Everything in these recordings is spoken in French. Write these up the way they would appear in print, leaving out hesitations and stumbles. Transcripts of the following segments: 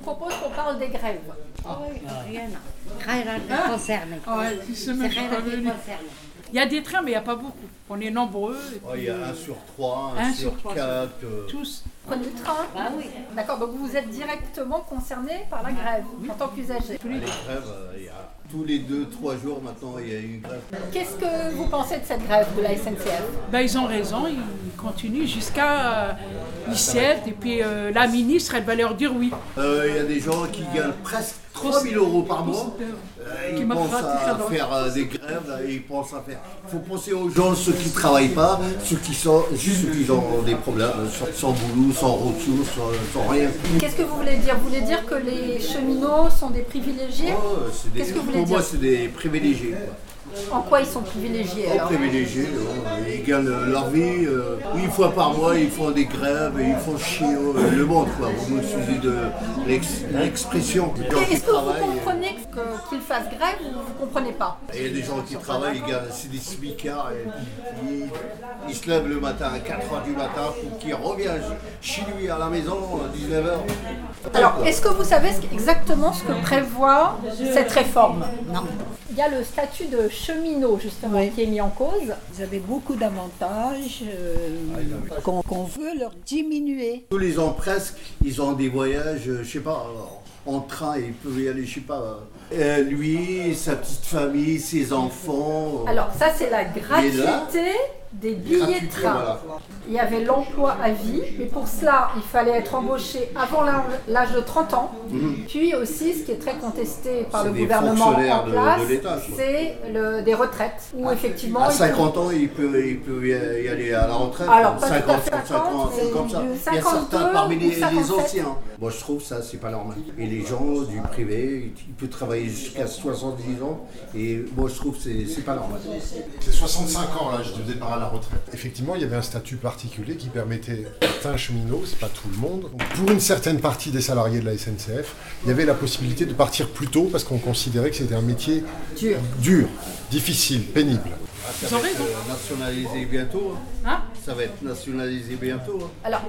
propose qu'on parle des grèves. Rien à concerner. Ouais, C'est rien à concerner. il y a des trains, mais il n'y a pas beaucoup. On est nombreux. Il y a 1 sur 3, 1 1 sur sur 3, 4. Tous. Prenez le train. Ah oui. D'accord, donc vous êtes directement concerné par la grève en tant qu'usager. Les grèves, il y a tous les 2-3 jours maintenant, il y a une grève. Qu'est-ce que vous pensez de cette grève de la SNCF? Ben, ils ont raison, ils continuent jusqu'à l'ICET. Et puis la ministre, elle va leur dire oui. Il y a des gens qui gagnent presque 3 000 euros par mois. Qui Ils m'a pensent frappé à dans- faire des grèves, ils pensent à faire. Il faut penser aux gens, ceux qui ne travaillent pas, ceux qui ont des problèmes, sans boulot, sans ressources, sans rien. Qu'est-ce que vous voulez dire? Vous voulez dire que les cheminots sont des privilégiés? Qu'est-ce que vous voulez Pour moi, dire? c'est des privilégiés. En quoi ils sont privilégiés alors? Privilégiés, ils gagnent leur vie. Une fois par mois, ils font des grèves et ils font chier le monde. Quoi. Vous me suivez de l'expression. Les gens qui Est-ce que vous travaillent, comprenez qu'ils fassent grève ou vous ne comprenez pas? il y a des gens qui travaillent, ils gagnent, c'est des smicards. Et ils se lèvent le matin à 4h du matin pour qu'ils reviennent chez lui à la maison à 19h. Alors, est-ce que vous savez exactement ce que prévoit cette réforme? Non. Il y a le statut de cheminot justement qui est mis en cause. Vous avez beaucoup d'avantages qu'on veut leur diminuer. Tous les ans presque, ils ont des voyages, je sais pas, en train, ils peuvent y aller, je sais pas. Lui, sa petite famille, ses enfants. Alors ça c'est la gratuité des billets de train. Voilà. Il y avait l'emploi à vie, mais pour cela il fallait être embauché avant l'âge de 30 ans. Puis aussi, ce qui est très contesté par C'est le des gouvernement fonctionnaires en place, de l'État, quoi. c'est des retraites où effectivement À il faut- 50 ans, il peut y aller à la retraite. Alors, pas tout à 50, fait 55 ans, un truc comme ça. du Il y a 52 certains parmi ou les 57. anciens. Moi, je trouve ça, c'est pas normal. Et les gens du privé, ils peuvent travailler jusqu'à 70 ans. Et moi, je trouve que c'est pas normal. C'est 65 ans l'âge de départ à la retraite. Effectivement, il y avait un statut particulier qui permettait à certains cheminots, c'est pas tout le monde, donc pour une certaine partie des salariés de la SNCF, il y avait la possibilité de partir plus tôt parce qu'on considérait que c'était un métier dur, difficile, pénible. Ça va être nationalisé bientôt. Hein? Ça va être nationalisé bientôt. Alors,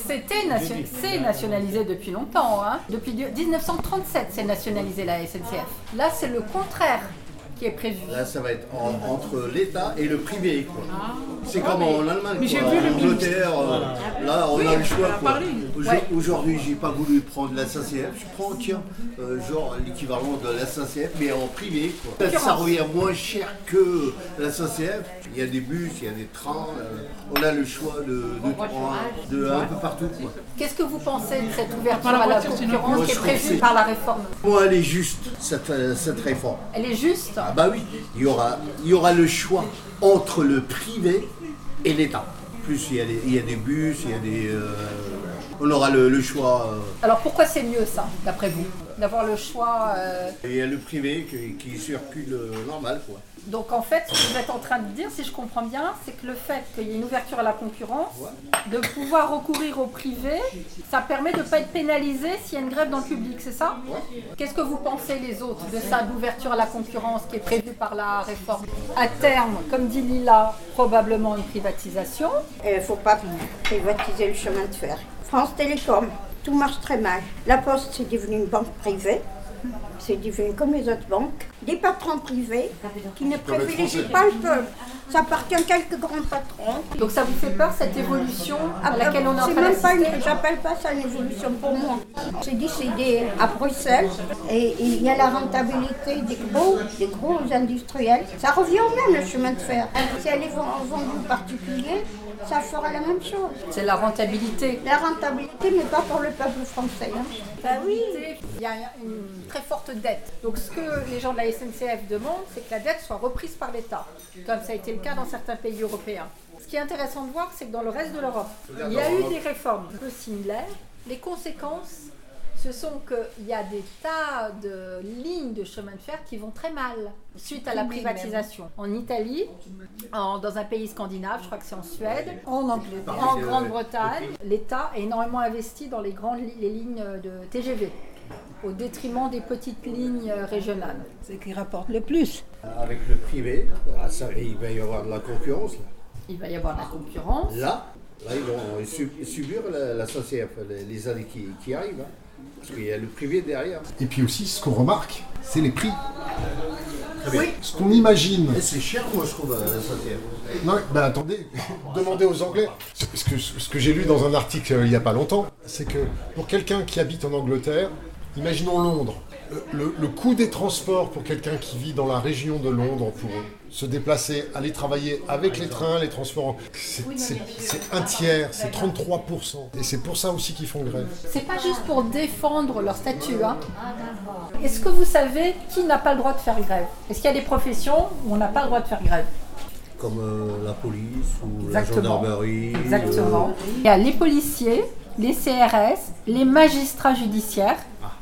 c'est nationalisé depuis longtemps. Hein. Depuis 1937, c'est nationalisé la SNCF. Là, c'est le contraire qui est prévu. Là, ça va être entre l'État et le privé. Quoi. C'est comme en Allemagne. mais j'ai quoi. vu le En Angleterre, là, on a le choix. a quoi. parlé. Aujourd'hui, j'ai pas voulu prendre la SNCF. Je prends, tiens, genre l'équivalent de la SNCF, mais en privé. Quoi. Ça revient moins cher que la SNCF. Il y a des bus, il y a des trains. On a le choix de un peu partout. Quoi. Qu'est-ce que vous pensez de cette ouverture Par la à la voiture, c'est concurrence Moi, qui est je trouve que prévue c'est- par la réforme? Moi, elle est juste, cette réforme. Elle est juste? Ah bah oui, il y aura le choix entre le privé et l'État. Plus il y a des bus, il y a des... on aura le choix. Alors pourquoi c'est mieux ça, d'après vous? D'avoir le choix Il y a le privé qui circule normal, quoi. Donc en fait, ce que vous êtes en train de dire, si je comprends bien, c'est que le fait qu'il y ait une ouverture à la concurrence, de pouvoir recourir au privé, ça permet de ne pas être pénalisé s'il y a une grève dans le public, c'est ça? Qu'est-ce que vous pensez les autres de ça, d'ouverture à la concurrence qui est prévue par la réforme? À terme, comme dit Lila, probablement une privatisation. Il ne faut pas privatiser le chemin de fer. France Télécom, tout marche très mal. La Poste, c'est devenu une banque privée. C'est devenu comme les autres banques. Des patrons privés qui ne privilégient pas le peuple. Ça appartient à quelques grands patrons. Donc ça vous fait peur cette évolution à laquelle on est en C'est train même pas d'assister? j'appelle pas ça une évolution pour moi. C'est décidé à Bruxelles et il y a la rentabilité des gros industriels. Ça revient au même le chemin de fer. Si elle est vendue aux particuliers, ça fera la même chose. C'est la rentabilité. La rentabilité, mais pas pour le peuple français. Hein. Ben oui. Il y a une très forte dette. Donc ce que les gens de la SNCF demandent, c'est que la dette soit reprise par l'État, comme ça a été le cas dans certains pays européens. Ce qui est intéressant de voir, c'est que dans le reste de l'Europe, il y a eu des réformes un peu similaires. Les conséquences, ce sont qu'il y a des tas de lignes de chemin de fer qui vont très mal suite à la privatisation. En Italie, dans un pays scandinave, je crois que c'est en Suède, En Angleterre. en Grande-Bretagne, l'État a énormément investi dans les lignes de TGV, au détriment des petites lignes régionales. C'est qui rapporte le plus. Avec le privé, il va y avoir de la concurrence. Il va y avoir de la concurrence. Là, ils vont subir la SNCF les années qui arrivent. Hein. Parce qu'il y a le privé derrière. Et puis aussi, ce qu'on remarque, c'est les prix. Oui. Ce qu'on imagine. Et c'est cher, moi, je trouve, à la SNCF. Non, ben attendez, demandez aux Anglais. Ce que j'ai lu dans un article il n'y a pas longtemps, c'est que pour quelqu'un qui habite en Angleterre, imaginons Londres, le coût des transports pour quelqu'un qui vit dans la région de Londres pour se déplacer, aller travailler avec les trains, les transports, c'est un tiers, c'est 33%. Et c'est pour ça aussi qu'ils font grève. C'est pas juste pour défendre leur statut. Hein. Est-ce que vous savez qui n'a pas le droit de faire grève? Est-ce qu'il y a des professions où on n'a pas le droit de faire grève? Comme la police ou Exactement. la gendarmerie. Exactement. Il y a les policiers, les CRS, les magistrats judiciaires,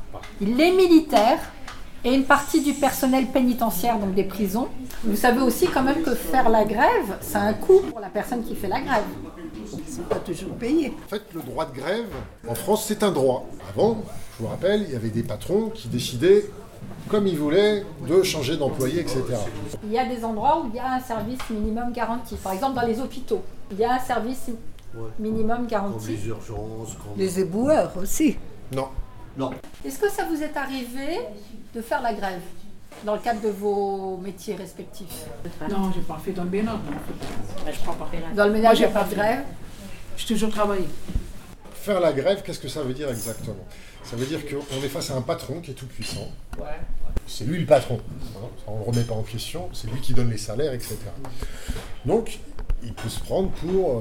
les militaires et une partie du personnel pénitentiaire, donc des prisons. Vous savez aussi quand même que faire la grève, ça a un coût pour la personne qui fait la grève. Ils ne sont pas toujours payés. En fait, le droit de grève, en France, c'est un droit. Avant, je vous rappelle, il y avait des patrons qui décidaient, comme ils voulaient, de changer d'employé, etc. Il y a des endroits où il y a un service minimum garanti. Par exemple, dans les hôpitaux, il y a un service minimum Comme garanti. les urgences, comme... Les éboueurs aussi. Non. Non. Est-ce que ça vous est arrivé de faire la grève dans le cadre de vos métiers respectifs? Non, j'ai pas fait dans le ménage. Je crois pas. Dans le ménage, il n'y a pas de grève. J'ai toujours travaillé. Faire la grève, qu'est-ce que ça veut dire exactement? Ça veut dire qu'on est face à un patron qui est tout puissant. C'est lui le patron. Hein, on ne le remet pas en question. C'est lui qui donne les salaires, etc. Donc, il peut se prendre pour...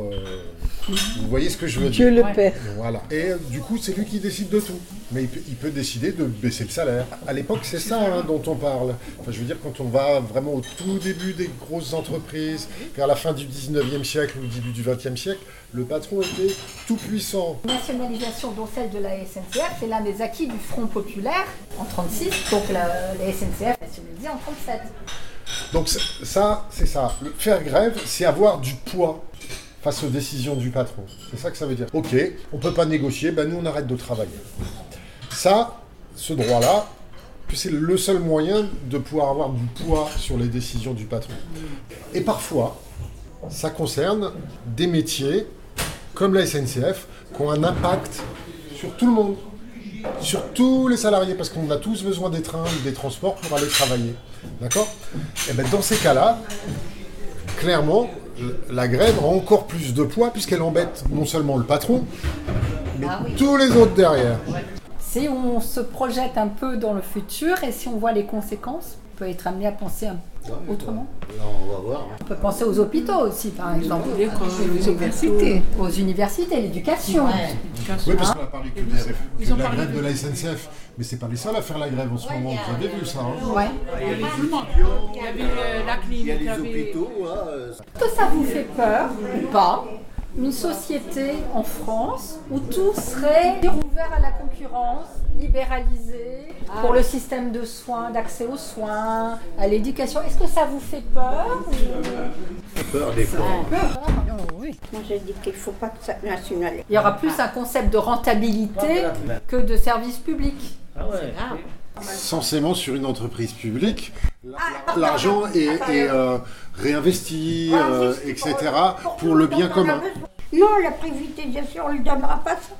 vous voyez ce que je veux Dieu dire? le Père. Voilà. Et du coup, c'est lui qui décide de tout. Mais il peut décider de baisser le salaire. À l'époque, c'est ça dont on parle. Enfin, je veux dire, quand on va vraiment au tout début des grosses entreprises, vers la fin du 19e siècle ou le début du 20e siècle, le patron était tout puissant. Nationalisation, dont celle de la SNCF, c'est l'un des acquis du Front populaire en 1936, donc la SNCF nationalisée en 1937. Donc ça, c'est ça. Faire grève, c'est avoir du poids face aux décisions du patron. C'est ça que ça veut dire. Ok, on ne peut pas négocier, ben nous on arrête de travailler. Ça, ce droit-là, c'est le seul moyen de pouvoir avoir du poids sur les décisions du patron. Et parfois, ça concerne des métiers comme la SNCF qui ont un impact sur tout le monde, sur tous les salariés, parce qu'on a tous besoin des trains ou des transports pour aller travailler. D'accord? Et bien dans ces cas-là, clairement, la grève a encore plus de poids puisqu'elle embête non seulement le patron, mais tous les autres derrière. Si on se projette un peu dans le futur et si on voit les conséquences, on peut être amené à penser autrement. Là, on va voir. On peut penser aux hôpitaux aussi, par exemple. Les universités. Aux universités, l'éducation. Oui, parce qu'on a parlé que de la grève de la SNCF, mais c'est pas les seuls à faire la grève en ce moment, vous avez vu ça, hein? Ouais. Il y avait tout le monde. Il y avait la clinique, Il y a il y les avait... hôpitaux, Est-ce que ça vous fait peur ou pas, une société en France où tout serait ouvert à la concurrence, libéralisé pour le système de soins, d'accès aux soins, à l'éducation? Est-ce que ça vous fait peur peur des fois. Oui. Moi, j'ai dit qu'il ne faut pas que ça nationalise. Il y aura plus un concept de rentabilité que de service public. Censément sur une entreprise publique, l'argent est réinvesti, etc., pour le bien commun. Non, la privatisation, on ne lui donnera pas ça.